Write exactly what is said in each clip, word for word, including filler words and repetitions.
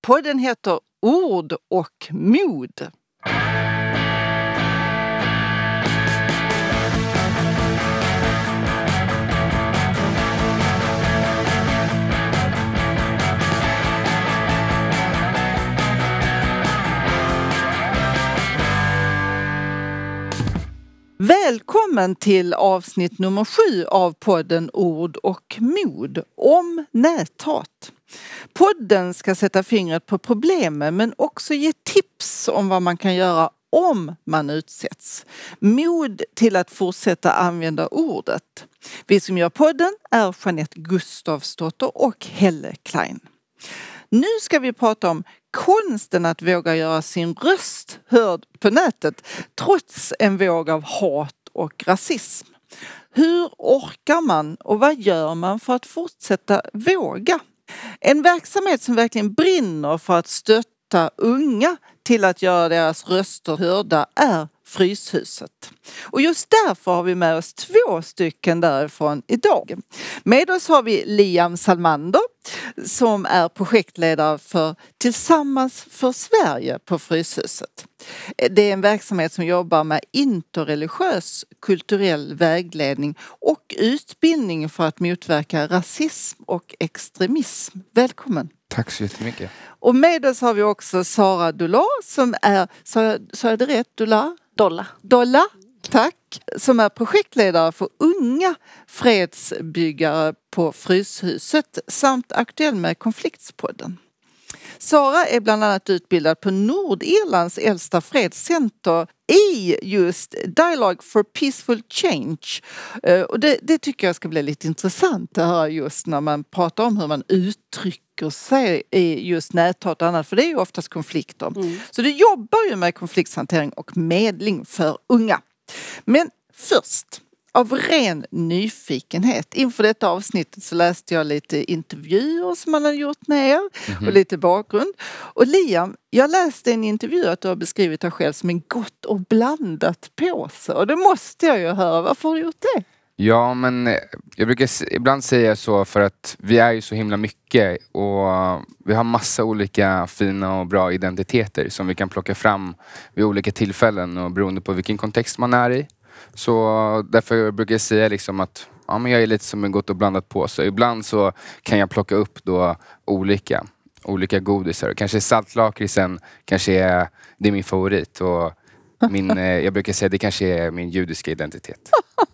Podden heter Ord och mod. Välkommen till avsnitt nummer sju av podden Ord och mod om näthat. Podden ska sätta fingret på problemen men också ge tips om vad man kan göra om man utsätts. Mod till att fortsätta använda ordet. Vi som gör podden är Jeanette Gustafsdotter och Helle Klein. Nu ska vi prata om konsten att våga göra sin röst hörd på nätet trots en våg av hat och rasism. Hur orkar man och vad gör man för att fortsätta våga? En verksamhet som verkligen brinner för att stötta unga till att göra deras röster hörda är Fryshuset. Och just därför har vi med oss två stycken därifrån idag. Med oss har vi Liam Salmander som är projektledare för Tillsammans för Sverige på Fryshuset. Det är en verksamhet som jobbar med interreligiös kulturell vägledning och utbildning för att motverka rasism och extremism. Välkommen! Tack så jättemycket. Och med oss har vi också Sara Dolar som är, sa jag det rätt, Dolar? Dolla. Dolla, tack. Som är projektledare för unga fredsbyggare på Fryshuset samt aktuell med Konfliktspodden. Sara är bland annat utbildad på Nordirlands äldsta fredscenter i just Dialogue for Peaceful Change. Och det, det tycker jag ska bli lite intressant att höra just när man pratar om hur man uttrycker sig i just näthat och annat. För det är ju oftast konflikter. Mm. Så du jobbar ju med konflikthantering och medling för unga. Men först, av ren nyfikenhet. Inför detta avsnittet så läste jag lite intervjuer som man har gjort med er. Mm-hmm. Och lite bakgrund. Och Liam, jag läste en intervju att du har beskrivit dig själv som en gott och blandat påse. Och det måste jag ju höra. Varför har du gjort det? Ja, men jag brukar ibland säga så för att vi är ju så himla mycket. Och vi har massa olika fina och bra identiteter som vi kan plocka fram vid olika tillfällen. Och beroende på vilken kontext man är i. Så därför brukar jag säga liksom att ja, men jag är lite som en gott och blandat påse. Ibland så kan jag plocka upp då olika, olika godisar. Kanske saltlakritsen kanske är, det är min favorit. Och min, jag brukar säga det kanske är min judiska identitet.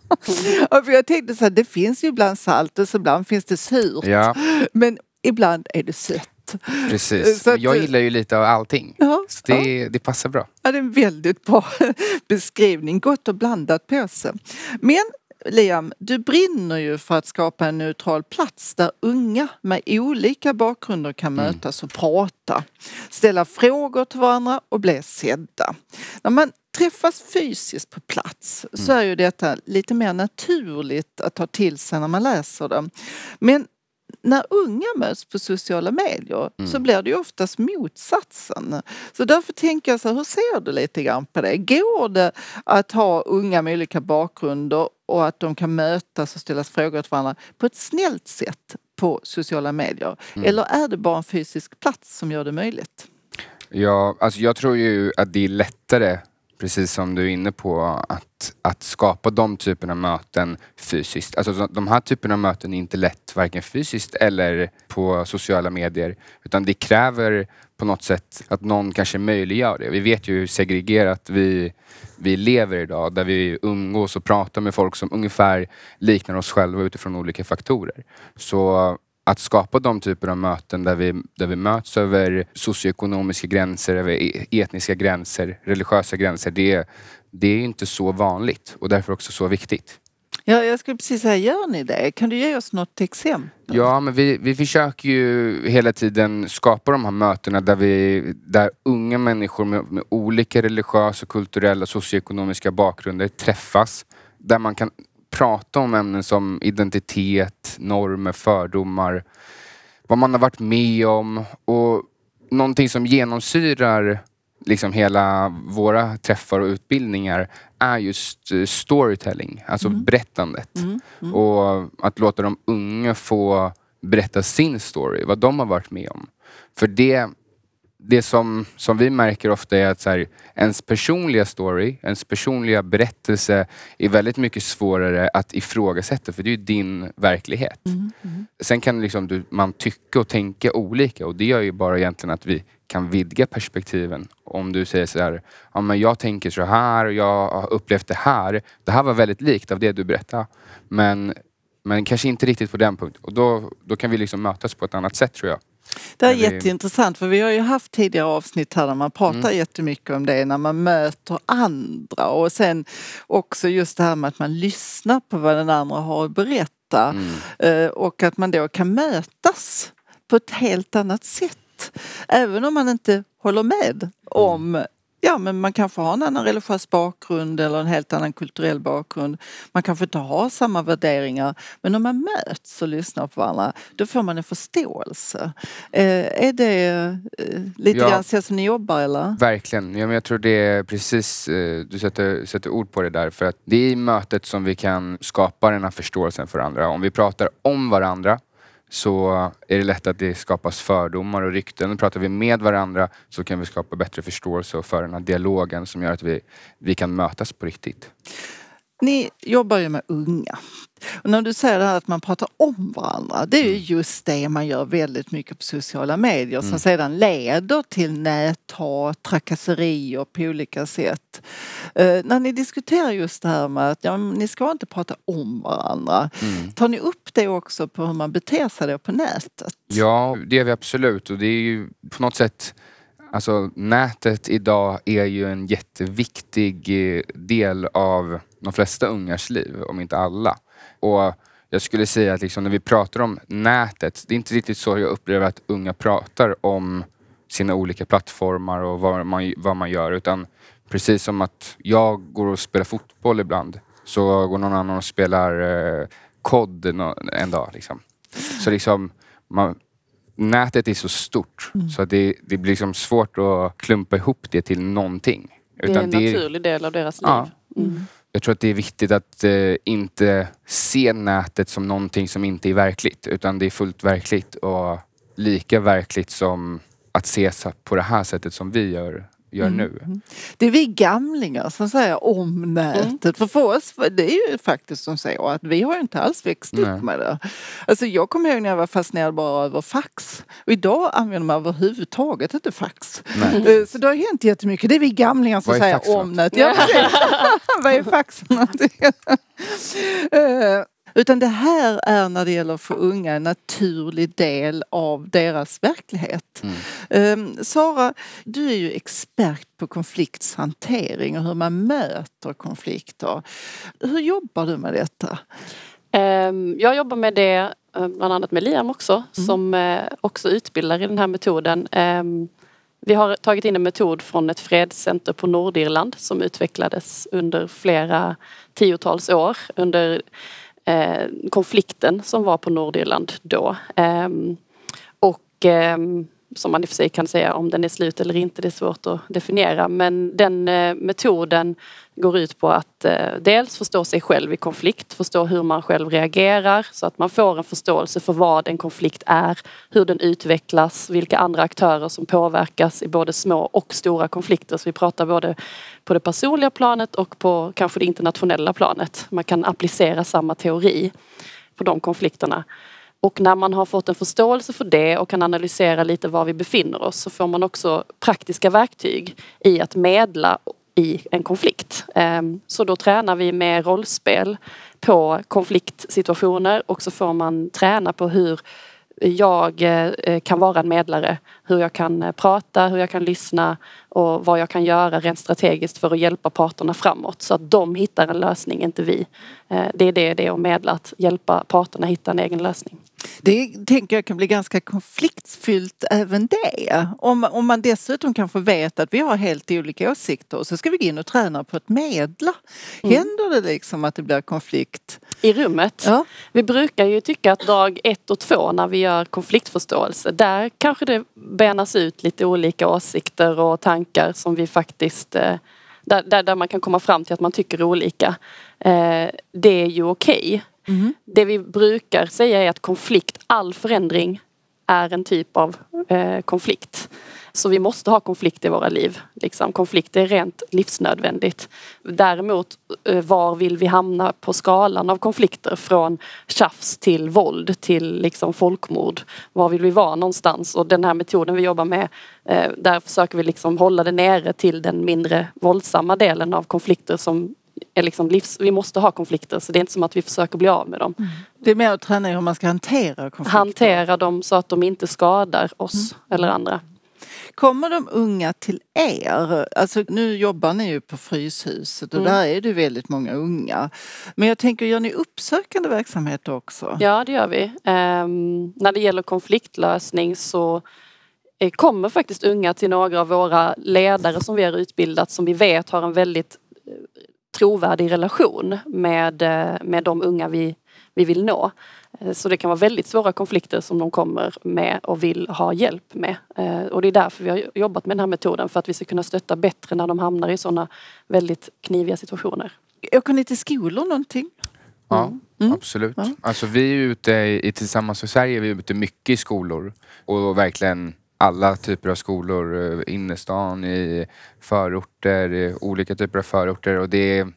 Ja, för jag tänkte så här, det finns ju ibland salt och så ibland finns det surt. Ja. Men ibland är det sött. Precis, så att, jag gillar ju lite av allting. Ja, så det, ja. det passar bra. Ja, det är en väldigt bra beskrivning. Gott och blandat påse. Men Liam, du brinner ju för att skapa en neutral plats där unga med olika bakgrunder kan mötas mm. och prata. Ställa frågor till varandra och bli sedda. När man träffas fysiskt på plats mm. så är ju detta lite mer naturligt att ta till sig när man läser det. Men när unga möts på sociala medier mm. så blir det ju oftast motsatsen. Så därför tänker jag så här, hur ser du lite grann på det? Går det att ha unga med olika bakgrunder och att de kan mötas och ställas frågor till varandra på ett snällt sätt på sociala medier? Mm. Eller är det bara en fysisk plats som gör det möjligt? Ja, alltså jag tror ju att det är lättare, precis som du är inne på, att, att skapa de typerna av möten fysiskt. Alltså de här typerna av möten är inte lätt varken fysiskt eller på sociala medier. Utan det kräver på något sätt att någon kanske möjliggör det. Vi vet ju hur segregerat vi, vi lever idag. Där vi umgås och pratar med folk som ungefär liknar oss själva utifrån olika faktorer. Så att skapa de typer av möten där vi, där vi möts över socioekonomiska gränser, över etniska gränser, religiösa gränser, det, det är inte så vanligt och därför också så viktigt. Ja, jag skulle precis säga, gör ni det? Kan du ge oss något exempel? Ja, men vi, vi försöker ju hela tiden skapa de här mötena där, vi, där unga människor med, med olika religiösa, kulturella, socioekonomiska bakgrunder träffas. Där man kan prata om ämnen som identitet, normer, fördomar, vad man har varit med om och någonting som genomsyrar liksom hela våra träffar och utbildningar är just storytelling, alltså mm. berättandet. Mm. Mm. Och att låta de unga få berätta sin story, vad de har varit med om. För det, det som, som vi märker ofta är att så här, ens personliga story, ens personliga berättelse är väldigt mycket svårare att ifrågasätta, för det är ju din verklighet. Mm. Mm. Sen kan liksom du, man tycka och tänka olika, och det gör ju bara egentligen att vi kan vidga perspektiven. Om du säger så här, ja men jag tänker så här och jag har upplevt det här. Det här var väldigt likt av det du berättade. Men, men kanske inte riktigt på den punkten. Och då, då kan vi liksom mötas på ett annat sätt, tror jag. Det är vi... jätteintressant, för vi har ju haft tidigare avsnitt här där man pratar mm. jättemycket om det när man möter andra, och sen också just det här med att man lyssnar på vad den andra har att berätta mm. och att man då kan mötas på ett helt annat sätt. Även om man inte håller med om, mm. ja men man kanske har en annan religiös bakgrund eller en helt annan kulturell bakgrund. Man kanske inte har samma värderingar, men om man möts och lyssnar på varandra, då får man en förståelse. Eh, är det eh, lite ja, grann så som ni jobbar, eller? Verkligen. Ja, men jag tror det är precis, eh, du sätter, sätter ord på det där, för att det är i mötet som vi kan skapa den här förståelsen för andra. Om vi pratar om varandra, så är det lätt att det skapas fördomar och rykten. Pratar vi med varandra så kan vi skapa bättre förståelse och föra den här dialogen som gör att vi, vi kan mötas på riktigt. Ni jobbar ju med unga. Och när du säger det här att man pratar om varandra, det är ju just det man gör väldigt mycket på sociala medier som mm. sedan leder till näthat, trakasserier på olika sätt. Uh, när ni diskuterar just det här med att ja, ni ska inte prata om varandra, mm. tar ni upp det också på hur man beter sig då på nätet? Ja, det gör vi absolut, och det är ju på något sätt, alltså nätet idag är ju en jätteviktig del av de flesta ungars liv, om inte alla. Och jag skulle säga att liksom när vi pratar om nätet, det är inte riktigt så jag upplever att unga pratar om sina olika plattformar och vad man, vad man gör. Utan precis som att jag går och spelar fotboll ibland, så går någon annan och spelar eh, kod en dag. Liksom. Så liksom, man, nätet är så stort mm. så att det, det blir liksom svårt att klumpa ihop det till någonting. Utan det är en det, naturlig del av deras liv. Ja. Mm. Jag tror att det är viktigt att eh, inte se nätet som någonting som inte är verkligt, utan det är fullt verkligt och lika verkligt som att se på det här sättet som vi gör, gör mm. nu. Det är vi gamlingar som säger om nätet. Mm. För för oss, det är ju faktiskt som säger att vi har ju inte alls växt upp med det. Alltså jag kommer ihåg när jag var fascinerad bara över fax. Och idag använder man överhuvudtaget inte fax. Nej. Så det har hänt jättemycket. Det är vi gamlingar som säger om nätet. Ja, vad är fax för någonting? Utan det här är, när det gäller för unga, en naturlig del av deras verklighet. Mm. Um, Sara, du är ju expert på konflikthantering och hur man möter konflikter. Hur jobbar du med detta? Um, jag jobbar med det bland annat med Liam också, mm. som uh, också utbildar i den här metoden. Um, vi har tagit in en metod från ett fredscenter på Nordirland som utvecklades under flera tiotals år under Eh, konflikten som var på Nordirland då. Eh, och eh, som man i och för sig kan säga om den är slut eller inte, det är svårt att definiera. Men den eh, metoden går ut på att eh, dels förstå sig själv i konflikt, förstå hur man själv reagerar så att man får en förståelse för vad en konflikt är, hur den utvecklas, vilka andra aktörer som påverkas i både små och stora konflikter. Så vi pratar både på det personliga planet och på kanske det internationella planet. Man kan applicera samma teori på de konflikterna. Och när man har fått en förståelse för det och kan analysera lite var vi befinner oss, så får man också praktiska verktyg i att medla i en konflikt. Så då tränar vi med rollspel på konfliktsituationer, och så får man träna på hur jag kan vara en medlare, hur jag kan prata, hur jag kan lyssna och vad jag kan göra rent strategiskt för att hjälpa parterna framåt så att de hittar en lösning, inte vi. Det är det det är att medla, att hjälpa parterna hitta en egen lösning. Det tänker jag kan bli ganska konfliktfyllt även det. Om, om man dessutom kanske vet att vi har helt olika åsikter och så ska vi gå in och träna på att medla. Mm. Händer det liksom att det blir konflikt? I rummet? Ja. Vi brukar ju tycka att dag ett och två när vi gör konfliktförståelse, där kanske det benas ut lite olika åsikter och tankar som vi faktiskt, där, där, där man kan komma fram till att man tycker olika. Det är ju okej. Okay. Mm. Det vi brukar säga är att konflikt, all förändring är en typ av eh, konflikt. Så vi måste ha konflikt i våra liv. Liksom. Konflikt är rent livsnödvändigt. Däremot, var vill vi hamna på skalan av konflikter? Från tjafs till våld till liksom folkmord. Var vill vi vara någonstans? Och den här metoden vi jobbar med, där försöker vi liksom hålla det nere till den mindre våldsamma delen av konflikter som är liksom livs... Vi måste ha konflikter, så det är inte som att vi försöker bli av med dem. Mm. Det är mer att träna hur man ska hantera konflikter. Hantera dem så att de inte skadar oss mm. eller andra. Kommer de unga till er? Alltså nu jobbar ni ju på Fryshuset och mm. där är det väldigt många unga. Men jag tänker, gör ni uppsökande verksamhet också? Ja, det gör vi. Um, när det gäller konfliktlösning så kommer faktiskt unga till några av våra ledare som vi har utbildat, som vi vet har en väldigt trovärdig relation med, med de unga vi, vi vill nå. Så det kan vara väldigt svåra konflikter som de kommer med och vill ha hjälp med. Och det är därför vi har jobbat med den här metoden, för att vi ska kunna stötta bättre när de hamnar i sådana väldigt kniviga situationer. Åker ni till skolor någonting? Ja, mm. absolut. Ja. Alltså vi är ute i Tillsammans för Sverige, vi är ute mycket i skolor. Och verkligen alla typer av skolor, innerstan, i förorter, i olika typer av förorter. Och det är...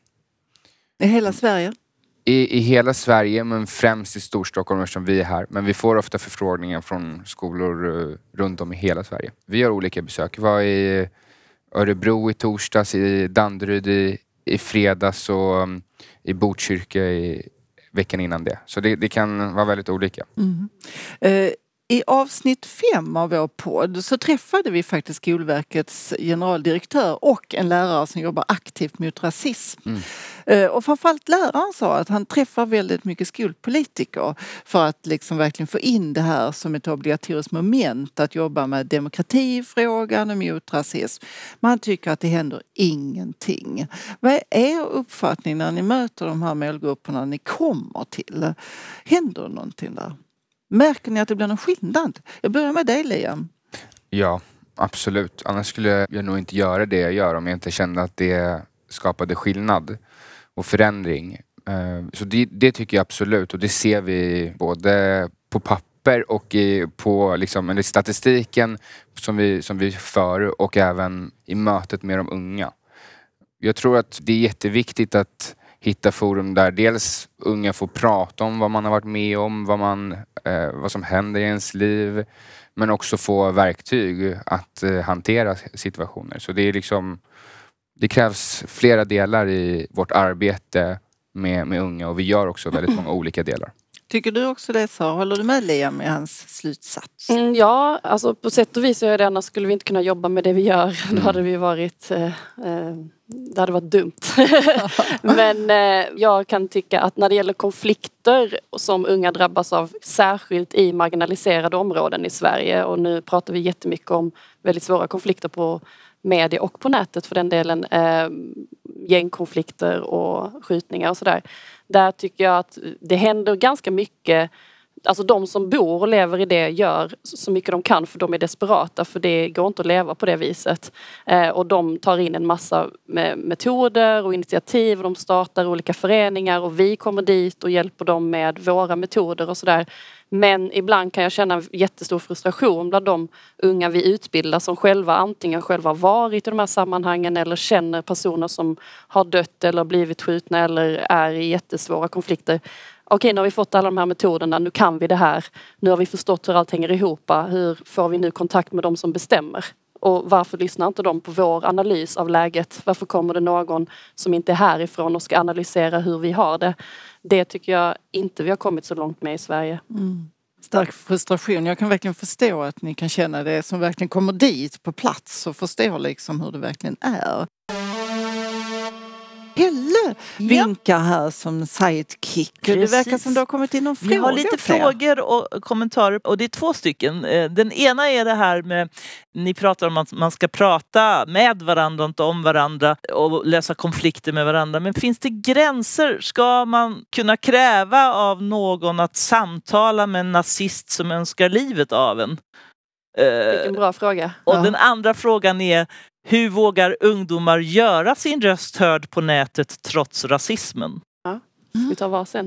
I hela Sverige? I, I hela Sverige, men främst i Storstockholm eftersom vi är här. Men vi får ofta förfrågningar från skolor uh, runt om i hela Sverige. Vi gör olika besök. Vi var i Örebro i torsdags, i Danderyd i, i fredags och um, i Botkyrka i veckan innan det. Så det, det kan vara väldigt olika. Mm. Uh. I avsnitt fem av vår podd så träffade vi faktiskt Skolverkets generaldirektör och en lärare som jobbar aktivt mot rasism. Mm. Och framförallt läraren sa att han träffar väldigt mycket skolpolitiker för att liksom verkligen få in det här som ett obligatoriskt moment att jobba med demokratifrågan och mot rasism. Man tycker att det händer ingenting. Vad är er uppfattning när ni möter de här målgrupperna ni kommer till? Händer någonting där? Märker ni att det blir någon skillnad? Jag börjar med dig, Liam. Ja, absolut. Annars skulle jag nog inte göra det jag gör om jag inte kände att det skapade skillnad och förändring. Så det, det tycker jag absolut. Och det ser vi både på papper och i, på liksom, statistiken som vi, som vi för och även i mötet med de unga. Jag tror att det är jätteviktigt att hitta forum där dels unga får prata om vad man har varit med om, vad, man, eh, vad som händer i ens liv. Men också få verktyg att eh, hantera situationer. Så det är liksom, det krävs flera delar i vårt arbete med, med unga. Och vi gör också väldigt många olika delar. Tycker du också det, så håller du med Liam med hans slutsats? Mm, ja, alltså på sätt och vis är det, annars skulle vi inte kunna jobba med det vi gör. Mm. Då hade vi varit... Eh, eh, det hade varit dumt. Men eh, jag kan tycka att när det gäller konflikter som unga drabbas av, särskilt i marginaliserade områden i Sverige, och nu pratar vi jättemycket om väldigt svåra konflikter på media och på nätet för den delen, eh, gängkonflikter och skjutningar och sådär. Där tycker jag att det händer ganska mycket. Alltså de som bor och lever i det gör så mycket de kan, för de är desperata, för det går inte att leva på det viset. Eh, och de tar in en massa med metoder och initiativ och de startar olika föreningar och vi kommer dit och hjälper dem med våra metoder och sådär. Men ibland kan jag känna en jättestor frustration bland de unga vi utbildar som själva antingen själva varit i de här sammanhangen eller känner personer som har dött eller blivit skjutna eller är i jättesvåra konflikter. Okej, nu har vi fått alla de här metoderna, nu kan vi det här. Nu har vi förstått hur allt hänger ihop. Hur får vi nu kontakt med de som bestämmer? Och varför lyssnar inte de på vår analys av läget? Varför kommer det någon som inte är härifrån och ska analysera hur vi har det? Det tycker jag inte vi har kommit så långt med i Sverige. Mm. Stark frustration. Jag kan verkligen förstå att ni kan känna det som verkligen kommer dit på plats och förstår liksom hur det verkligen är. Helle vinkar här som sidekick. Precis. Det verkar som det har kommit in någon fråga. Vi har lite frågor och kommentarer och det är två stycken. Den ena är det här med, ni pratar om att man ska prata med varandra och inte om varandra och lösa konflikter med varandra. Men finns det gränser? Ska man kunna kräva av någon att samtala med en nazist som önskar livet av en? Vilken bra fråga. Och ja. Den andra frågan är, hur vågar ungdomar göra sin röst hörd på nätet trots rasismen? Ja, vi tar varsin.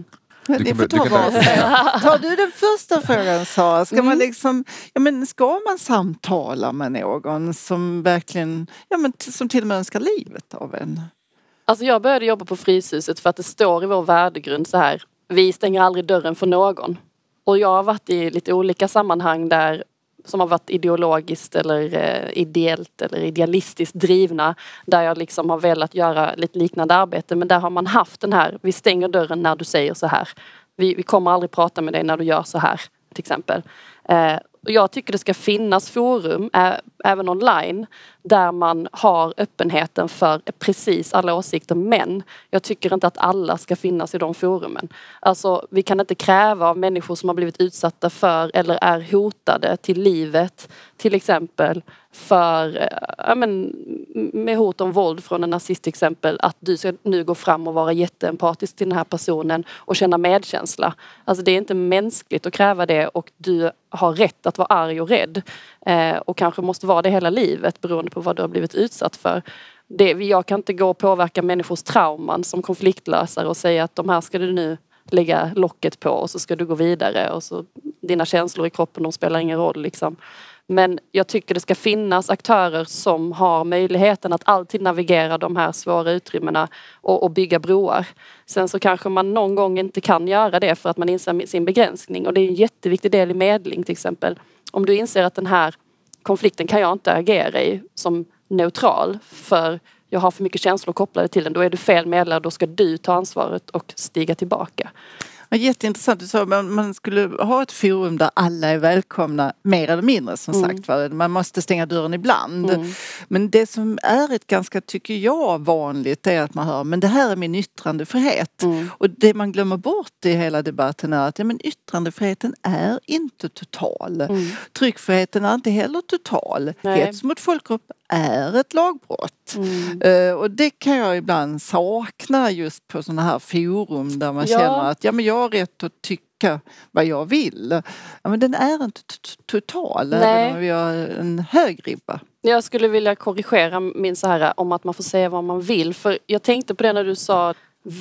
Du Ni kan, får du ta kan börja. varsin. Tar du den första frågan, Sara? Ska Mm. man liksom, ja men ska man samtala med någon som verkligen, ja men t- som till och med önskar livet av en? Alltså jag började jobba på Fryshuset för att det står i vår värdegrund så här: vi stänger aldrig dörren för någon. Och jag har varit i lite olika sammanhang där som har varit ideologiskt eller eh, ideellt eller idealistiskt drivna, där jag liksom har velat göra lite liknande arbete, men där har man haft den här: vi stänger dörren när du säger så här. Vi, vi kommer aldrig prata med dig när du gör så här, till exempel. Eh, och jag tycker det ska finnas forum, äh, även online, där man har öppenheten för precis alla åsikter, men jag tycker inte att alla ska finnas i de forumen. Alltså, vi kan inte kräva av människor som har blivit utsatta för eller är hotade till livet, till exempel för, ja, men, med hot om våld från en nazist till exempel, att du ska nu gå fram och vara jätteempatisk till den här personen och känna medkänsla. Alltså det är inte mänskligt att kräva det, och du har rätt att vara arg och rädd. Eh, och kanske måste vara det hela livet beroende på vad du har blivit utsatt för. Det, jag kan inte gå och påverka människors trauman som konfliktlösare och säga att de här ska du nu lägga locket på och så ska du gå vidare, och så dina känslor i kroppen, de spelar ingen roll liksom. Men jag tycker det ska finnas aktörer som har möjligheten att alltid navigera de här svåra utrymmena och, och bygga broar. Sen så kanske man någon gång inte kan göra det för att man inser sin begränsning, och det är en jätteviktig del i medling till exempel. Om du inser att den här konflikten kan jag inte agera i som neutral för jag har för mycket känslor kopplade till den, då är du fel medlare, då ska du ta ansvaret och stiga tillbaka. Ja, jätteintressant. Du sa att man, man skulle ha ett forum där alla är välkomna, mer eller mindre som Mm. sagt. Va? Man måste stänga dörren ibland. Mm. Men det som är ett ganska, tycker jag, vanligt är att man hör, men det här är min yttrandefrihet. Mm. Och det man glömmer bort i hela debatten är att ja, men yttrandefriheten är inte total. Mm. Tryckfriheten är inte heller total. Nej. Hets mot folkgrupp är ett lagbrott. Mm. Uh, och det kan jag ibland sakna just på sådana här forum där man Ja. känner att ja, men jag har rätt att tycka vad jag vill. Ja, men den är inte t- total, Nej. även om vi har en hög ribba. Jag skulle vilja korrigera min så här om att man får säga vad man vill. För jag tänkte på det när du sa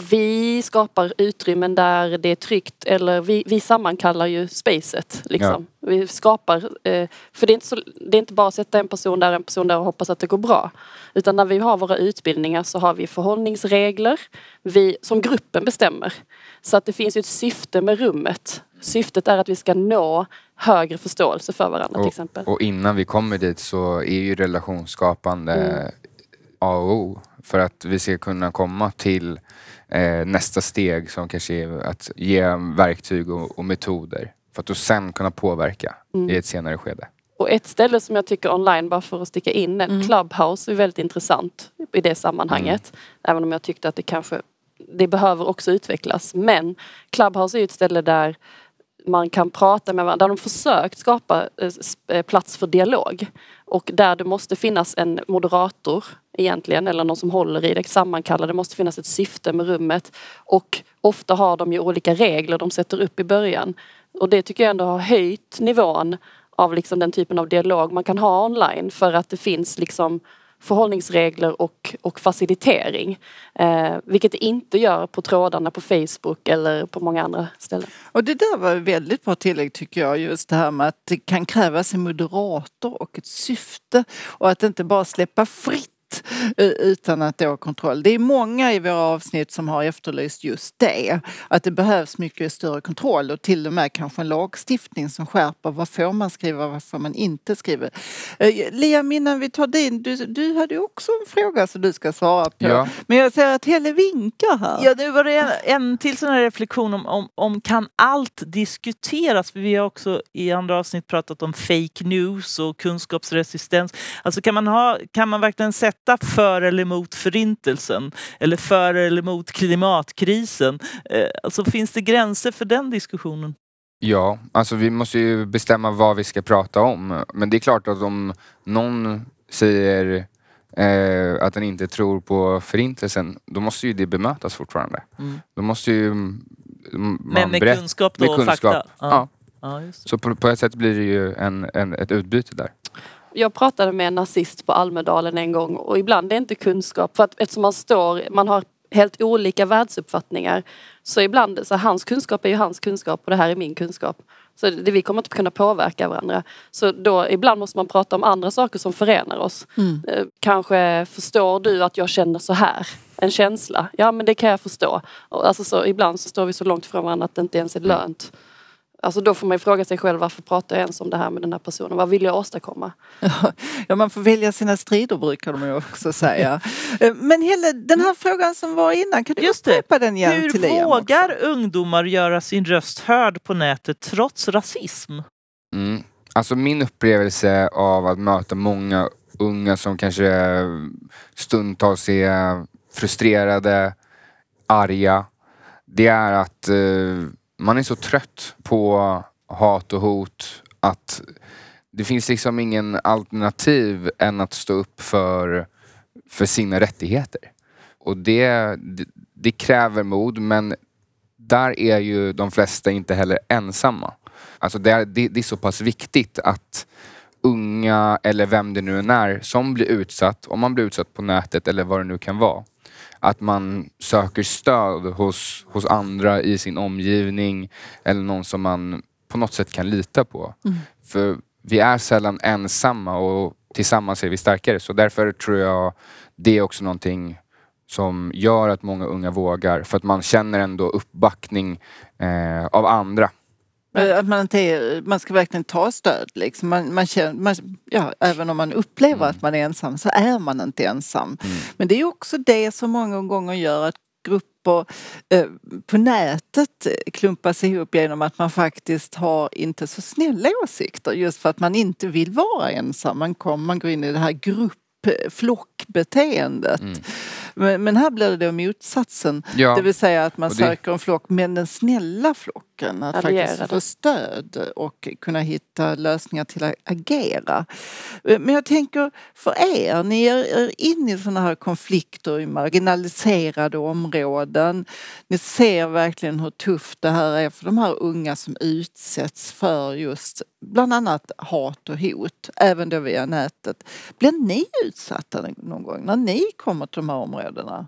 vi skapar utrymmen där det är tryggt, eller vi, vi sammankallar ju spacet liksom. Ja. Vi skapar, eh, för det är, inte så, det är inte bara att sätta en person där, en person där och hoppas att det går bra. Utan när vi har våra utbildningar så har vi förhållningsregler vi, som gruppen bestämmer. Så att det finns ju ett syfte med rummet. Syftet är att vi ska nå högre förståelse för varandra och, till exempel. Och innan vi kommer dit så är ju relationsskapande mm. A och O för att vi ska kunna komma till eh, nästa steg som kanske är att ge verktyg och, och metoder för att då sen kunna påverka mm. i ett senare skede. Och ett ställe som jag tycker online, bara för att sticka in, Mm. Clubhouse är väldigt intressant i det sammanhanget. Mm. Även om jag tyckte att det kanske, det behöver också utvecklas. Men Clubhouse är ju ett ställe där man kan prata med varandra, där de försökt skapa plats för dialog. Och där det måste finnas en moderator egentligen, eller någon som håller i det, sammankallade. Det måste finnas ett syfte med rummet. Och ofta har de ju olika regler de sätter upp i början. Och det tycker jag ändå har höjt nivån av liksom den typen av dialog man kan ha online. För att det finns liksom förhållningsregler och, och facilitering. Eh, vilket det inte gör på trådarna på Facebook eller på många andra ställen. Och det där var väldigt bra tillägg tycker jag, just det här med att det kan krävas en moderator och ett syfte och att inte bara släppa fritt utan att ha kontroll. Det är många i våra avsnitt som har efterlyst just det. Att det behövs mycket större kontroll och till och med kanske en lagstiftning som skärper vad får man skriva och vad får man inte skriva. Liam, innan vi tar din, du, du hade ju också en fråga som du ska svara på. Ja. Men jag ser att Helle vinkar här. Ja, nu var det en, en till sån här reflektion om, om, om kan allt diskuteras? För vi har också i andra avsnitt pratat om fake news och kunskapsresistens. Alltså kan man, ha, kan man verkligen sätta för eller emot förintelsen eller för eller emot klimatkrisen? Alltså finns det gränser för den diskussionen? Ja, alltså vi måste ju bestämma vad vi ska prata om. Men det är klart att om någon säger eh, att den inte tror på förintelsen, då måste ju det bemötas fortfarande. Mm. Då måste ju man Men med berätt- kunskap då med kunskap. och fakta? Ja. Ja, just det. Så på, på ett sätt blir det ju en, en, ett utbyte där. Jag pratade med en nazist på Almedalen en gång och ibland är det inte kunskap. För att eftersom man står, man har helt olika världsuppfattningar. Så ibland, så hans kunskap är ju hans kunskap och det här är min kunskap. Så det, vi kommer inte kunna påverka varandra. Så då ibland måste man prata om andra saker som förenar oss. Mm. Eh, kanske förstår du att jag känner så här. En känsla. Ja, men det kan jag förstå. Och alltså så, ibland så står vi så långt från varandra att det inte ens är lönt. Alltså då får man ju fråga sig själv, varför pratar jag ens om det här med den här personen? Vad vill jag åstadkomma? Ja, man får välja sina strider brukar de ju också säga. Men Helle, den här frågan som var innan, kan du Just upprepa den igen Hur till Liam vågar också? ungdomar göra sin röst hörd på nätet trots rasism? Mm. Alltså min upplevelse av att möta många unga som kanske stundtals är frustrerade, arga, det är att eh, man är så trött på hat och hot att det finns liksom ingen alternativ än att stå upp för, för sina rättigheter. Och det, det, det kräver mod, men där är ju de flesta inte heller ensamma. Alltså det är, det, det är så pass viktigt att unga, eller vem det nu än är, som blir utsatt, om man blir utsatt på nätet eller vad det nu kan vara, att man söker stöd hos, hos andra i sin omgivning eller någon som man på något sätt kan lita på. Mm. För vi är sällan ensamma och tillsammans är vi starkare. Så därför tror jag det är också någonting som gör att många unga vågar. För att man känner ändå uppbackning eh, av andra. Att man, inte är, man ska verkligen ta stöd. Liksom. Man, man känner, man, ja, även om man upplever mm. att man är ensam så är man inte ensam. Mm. Men det är också det som många gånger gör att grupper eh, på nätet klumpas ihop genom att man faktiskt har inte så snälla åsikter. Just för att man inte vill vara ensam. Man, kom, man går in i det här grupp flockbeteendet. Mm. Men, men här blir det då motsatsen. Ja. Det vill säga att man det... söker en flock, men den snälla flocken. Att Allierade. Faktiskt få stöd och kunna hitta lösningar till att agera. Men jag tänker för er, ni är in i sådana här konflikter i marginaliserade områden. Ni ser verkligen hur tufft det här är för de här unga som utsätts för just bland annat hat och hot, även då via nätet. Blir ni utsatta någon gång när ni kommer till de här områdena?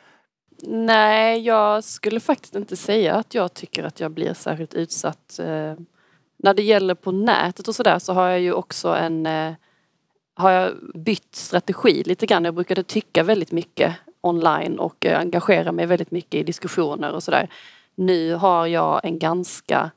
Nej, jag skulle faktiskt inte säga att jag tycker att jag blir särskilt utsatt. Eh, när det gäller på nätet och sådär så har jag ju också en eh, har jag bytt strategi lite grann. Jag brukade tycka väldigt mycket online och eh, engagera mig väldigt mycket i diskussioner och sådär. Nu har jag en ganska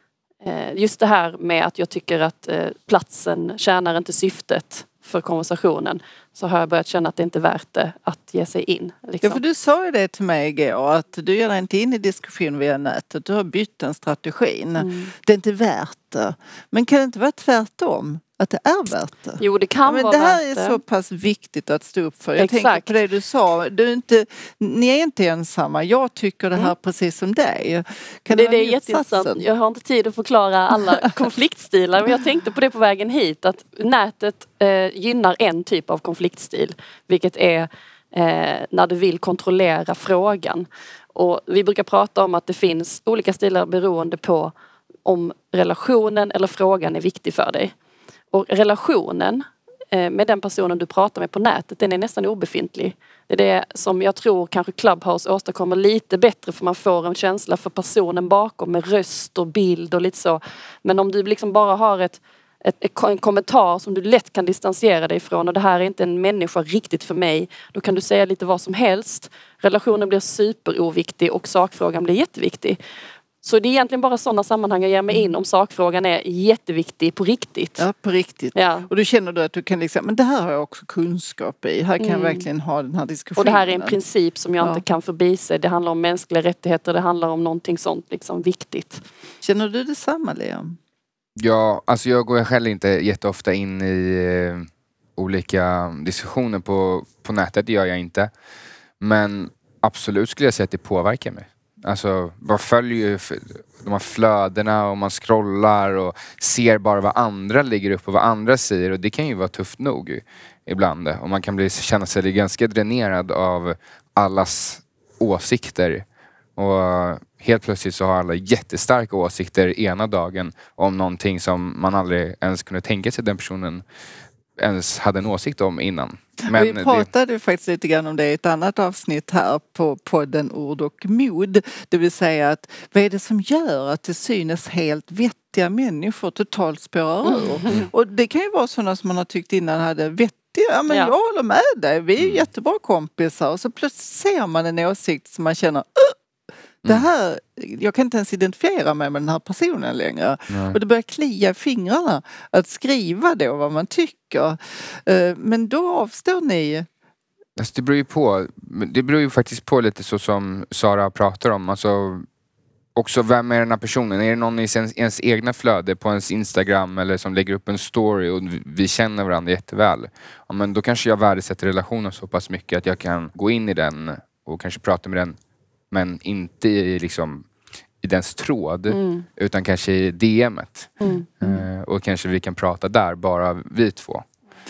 eh, just det här med att jag tycker att eh, platsen tjänar inte syftet för konversationen, så har jag börjat känna att det inte är värt det att ge sig in. Liksom. Ja, för du sa ju det till mig igår, att du ger dig inte in i diskussion via nätet. Du har bytt den strategin. Mm. Det är inte värt det. Men kan det inte vara tvärtom? Att det är värt det? Jo, det kan ja, men vara värt det. Det här är så pass viktigt att stå upp för. Jag Exakt. tänker på det du sa. Du är inte, ni är inte ensamma. Jag tycker det här mm. precis som dig. Kan det, det, det är jätteintressant. Jag har inte tid att förklara alla konfliktstilar. Men jag tänkte på det på vägen hit. Att nätet eh, gynnar en typ av konfliktstil. Vilket är eh, när du vill kontrollera frågan. Och vi brukar prata om att det finns olika stilar beroende på om relationen eller frågan är viktig för dig. Och relationen med den personen du pratar med på nätet, den är nästan obefintlig. Det är det som jag tror kanske Clubhouse åstadkommer lite bättre, för man får en känsla för personen bakom med röst och bild och lite så. Men om du liksom bara har ett, ett, en kommentar som du lätt kan distansera dig ifrån, och det här är inte en människa riktigt för mig, då kan du säga lite vad som helst. Relationen blir superoviktig och sakfrågan blir jätteviktig. Så det är egentligen bara sådana sammanhang jag ger mig in om sakfrågan är jätteviktig på riktigt. Ja, på riktigt. Ja. Och du känner du att du kan liksom, men det här har jag också kunskap i. Här kan mm. jag verkligen ha den här diskussionen. Och det här är en princip som jag ja. inte kan förbise. Det handlar om mänskliga rättigheter, det handlar om någonting sånt liksom viktigt. Känner du detsamma, Liam? Ja, alltså jag går själv inte jätteofta in i eh, olika diskussioner på, på nätet, det gör jag inte. Men absolut skulle jag säga att det påverkar mig. Alltså, man följer ju de här flödena och man scrollar och ser bara vad andra ligger upp och vad andra säger, och det kan ju vara tufft nog ibland. Och man kan bli, känna sig ganska dränerad av allas åsikter. Och helt plötsligt så har alla jättestarka åsikter ena dagen om någonting som man aldrig ens kunde tänka sig den personen ens hade en åsikt om innan. Men vi pratade det... faktiskt lite grann om det i ett annat avsnitt här på podden Ord och mod. Det vill säga att vad är det som gör att det synes helt vettiga människor totalt spårar ur? Mm. Och det kan ju vara sådana som man har tyckt innan hade vettiga, ja men ja. jag håller med dig, vi är ju jättebra kompisar. Och så plötsligt ser man en åsikt som man känner, det här, jag kan inte ens identifiera mig med den här personen längre. Nej. Och det börjar klia i fingrarna att skriva då vad man tycker. Men då avstår ni. Alltså det beror ju på. Det beror ju faktiskt på lite så som Sara pratar om. Alltså också vem är den här personen? Är det någon i ens, ens egna flöde på ens Instagram eller som lägger upp en story och vi känner varandra jätteväl? Ja, men då kanske jag värdesätter relationen så pass mycket att jag kan gå in i den och kanske prata med den. Men inte i, liksom, i dens tråd mm. utan kanske i D M:et. Mm. Uh, och kanske vi kan prata där, bara vi två.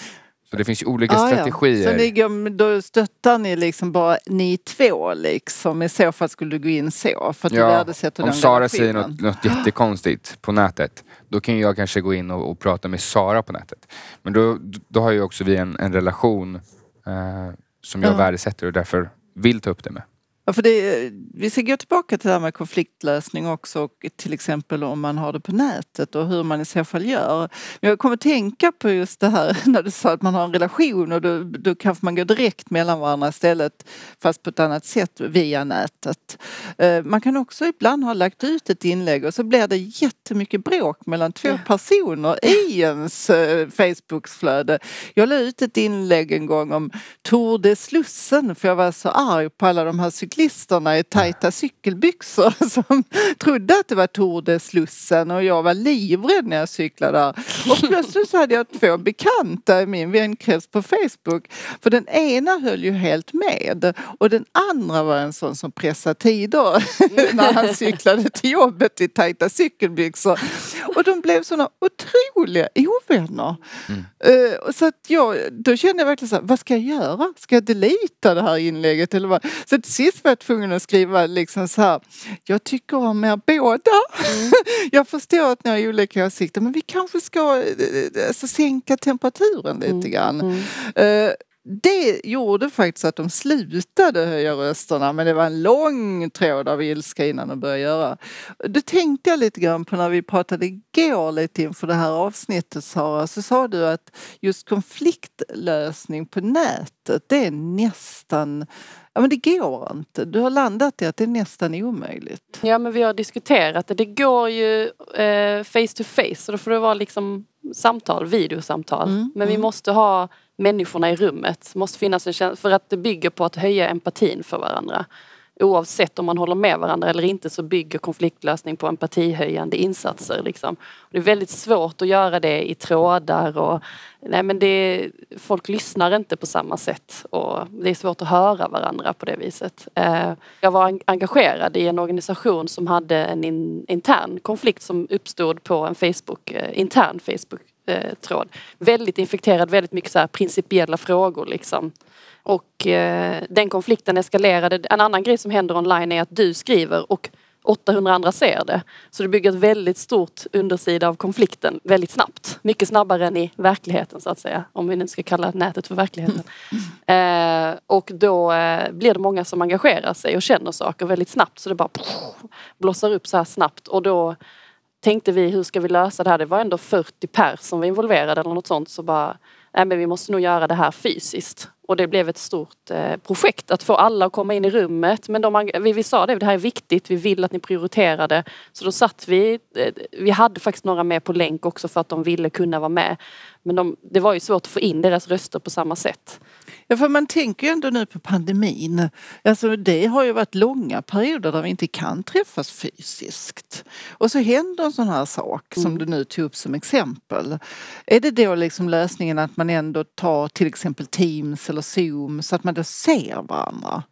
Så det finns ju olika ah, strategier. Ja. Så ni, då stöttar ni liksom bara ni två liksom. I så fall skulle du gå in så. För att ja, du värdesätter om den Sara säger något, något jättekonstigt på nätet. Då kan jag kanske gå in och, och prata med Sara på nätet. Men då, då har ju också vi en, en relation uh, som jag uh. värdesätter och därför vill ta upp det med. Ja, för det, vi ska gå tillbaka till det här med konfliktlösning också, och till exempel om man har det på nätet och hur man i så fall gör. Men jag kommer tänka på just det här när du sa att man har en relation och då, då kanske man går direkt mellan varandra istället, fast på ett annat sätt via nätet. Man kan också ibland ha lagt ut ett inlägg och så blir det jättemycket bråk mellan två personer i ens Facebooksflöde. Jag la ut ett inlägg en gång om Tour de Slussen för jag var så arg på alla de här cyklisterna i tajta cykelbyxor som trodde att det var Tour de Slussen och jag var livrädd när jag cyklade där. Och plötsligt så hade jag två bekanta i min vänkrets på Facebook. För den ena höll ju helt med och den andra var en sån som pressade tider när han cyklade till jobbet i tajta cykelbyxor. Och de blev såna otroliga ovänner. Mm. Uh, och så att jag, då kände jag verkligen så här, vad ska jag göra? Ska jag delita det här inlägget eller vad? Så till sist var jag tvungen att skriva liksom så här, jag tycker om er båda. Mm. Jag förstår att ni har olika åsikter men vi kanske ska alltså, sänka temperaturen lite mm. grann. Mm. Uh, Det gjorde faktiskt att de slutade höja rösterna, men det var en lång tråd av ilska innan de började göra. Det tänkte jag lite grann på när vi pratade igår lite inför det här avsnittet, Sara. Så sa du att just konfliktlösning på nätet, det är nästan, ja men det går inte. Du har landat i att det är nästan omöjligt. Ja men vi har diskuterat det. Det går ju eh, face to face, så då får det vara liksom samtal, videosamtal. Mm, men vi mm. måste ha människorna i rummet. Det måste finnas en känsla, för att det bygger på att höja empatin för varandra. Oavsett om man håller med varandra eller inte så bygger konfliktlösning på empatihöjande insatser. Liksom. Det är väldigt svårt att göra det i trådar. Och, nej, men det, folk lyssnar inte på samma sätt. Och det är svårt att höra varandra på det viset. Jag var engagerad i en organisation som hade en in, intern konflikt som uppstod på en Facebook, intern Facebook-tråd. Väldigt infekterad, väldigt mycket så här principiella frågor liksom. Och eh, den konflikten eskalerade. En annan grej som händer online är att du skriver och åttahundra andra ser det. Så det bygger ett väldigt stort undersida av konflikten väldigt snabbt. Mycket snabbare än i verkligheten så att säga. Om vi nu ska kalla nätet för verkligheten. Mm. Eh, och då eh, blir det många som engagerar sig och känner saker väldigt snabbt. Så det bara pff, blossar upp så här snabbt. Och då tänkte vi, hur ska vi lösa det här? Det var ändå fyrtio pers som var involverade eller något sånt. Så bara, nej men vi måste nog göra det här fysiskt. Och det blev ett stort eh, projekt att få alla att komma in i rummet. Men de, vi, vi sa det, det här är viktigt, vi vill att ni prioriterar det. Så då satt vi, eh, vi hade faktiskt några med på länk också för att de ville kunna vara med. Men de, det var ju svårt att få in deras röster på samma sätt. Ja, för man tänker ju ändå nu på pandemin. Alltså det har ju varit långa perioder där vi inte kan träffas fysiskt. Och så händer en sån här sak som mm. du nu tog upp som exempel. Är det då liksom lösningen att man ändå tar till exempel Teams eller Zoom så att man då ser varandra?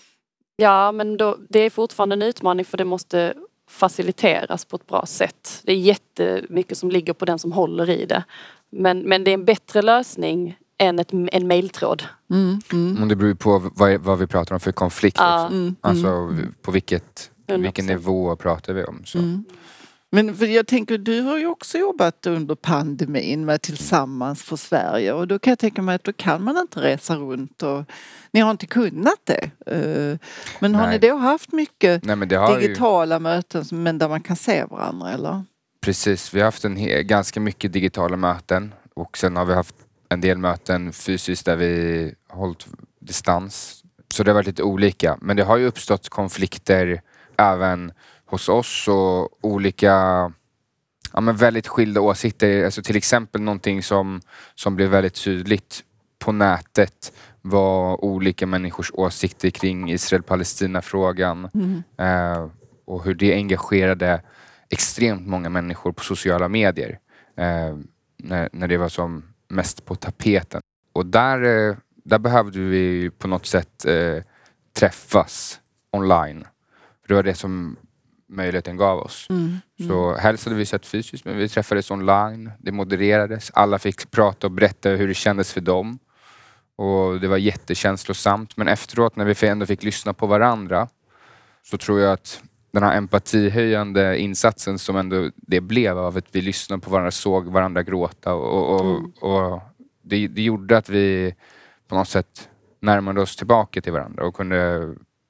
Ja, men då, det är fortfarande en utmaning för det måste faciliteras på ett bra sätt. Det är jättemycket som ligger på den som håller i det. Men, men det är en bättre lösning än ett, en mejltråd. Mm, mm. Det beror ju på vad, vad vi pratar om för konflikt ja, också. Mm, alltså mm. på vilket, vilken nivå pratar vi om. Så. Mm. Men för jag tänker, du har ju också jobbat under pandemin med Tillsammans för Sverige och då kan jag tänka mig att då kan man inte resa runt och ni har inte kunnat det. Men har Nej. ni då haft mycket Nej, men det har digitala ju... möten men där man kan se varandra eller? Precis, vi har haft en he- ganska mycket digitala möten och sen har vi haft en del möten fysiskt där vi har hållit distans. Så det har varit lite olika, men det har ju uppstått konflikter även hos oss och olika, ja men väldigt skilda åsikter. Alltså till exempel någonting som, som blev väldigt tydligt på nätet var olika människors åsikter kring Israel-Palestina-frågan. Mm. Eh, och hur det engagerade extremt många människor på sociala medier. Eh, när, när det var som mest på tapeten. Och där, eh, där behövde vi på något sätt eh, träffas online. För det var det som möjligheten gav oss. Mm, mm. Så helst hade vi sett fysiskt, men vi träffades online. Det modererades. Alla fick prata och berätta hur det kändes för dem. Och det var jättekänslosamt. Men efteråt när vi ändå fick lyssna på varandra så tror jag att den här empatihöjande insatsen som ändå det blev av att vi lyssnade på varandra, såg varandra gråta och, och, Mm. och det, det gjorde att vi på något sätt närmade oss tillbaka till varandra och kunde...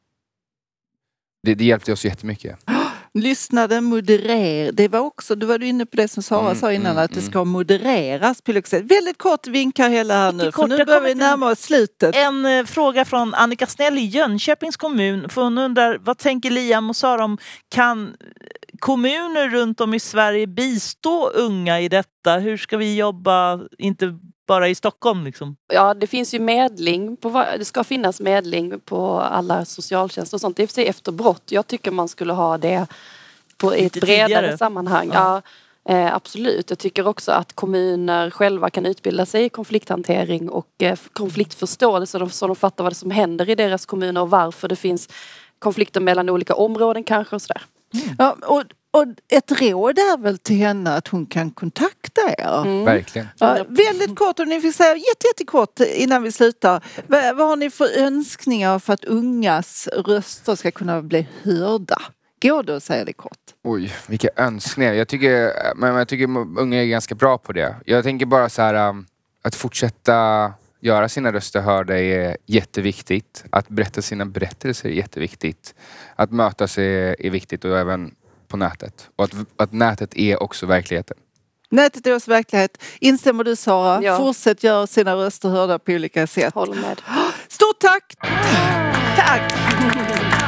Det, det hjälpte oss jättemycket. Lyssnade, moderer. Det var också, du var inne på det som Sara Mm, sa innan, mm, att det mm. ska modereras på olika sätt. Väldigt kort vinkar hela här nu, Mycket för kort, nu jag börjar kommer vi till- närma oss slutet. En eh, fråga från Annika Snäll i Jönköpings kommun. För hon undrar, vad tänker Liam och Sara om, kan kommuner runt om i Sverige bistå unga i detta? Hur ska vi jobba, inte bara i Stockholm liksom? Ja, det finns ju medling. På, var- det ska finnas medling på alla socialtjänster och sånt. Det är för sig efter brott. Jag tycker man skulle ha det på i ett Lite bredare tidigare. sammanhang. Ja. Ja, eh, absolut. Jag tycker också att kommuner själva kan utbilda sig i konflikthantering och eh, konfliktförståelse så de, så de fattar vad det som händer i deras kommuner och varför det finns konflikter mellan olika områden kanske och sådär. Ja, och, och ett råd är väl till henne att hon kan kontakta er. Mm. Verkligen. Ja, väldigt kort, och ni fick säga jätte, jättekort innan vi slutar. Vad, vad har ni för önskningar för att ungas röster ska kunna bli hörda? Går det att säga det kort? Oj, vilka önskningar. Jag tycker, men jag tycker unga är ganska bra på det. Jag tänker bara så här um, att fortsätta göra sina röster hörda är jätteviktigt. Att berätta sina berättelser är jätteviktigt. Att mötas är, är viktigt och även på nätet. Och att, att nätet är också verkligheten. Nätet är oss verklighet. Instämmer du Sara? Ja. Fortsätt göra sina röster hörda på olika sätt. Håller med. Stort tack! Tack!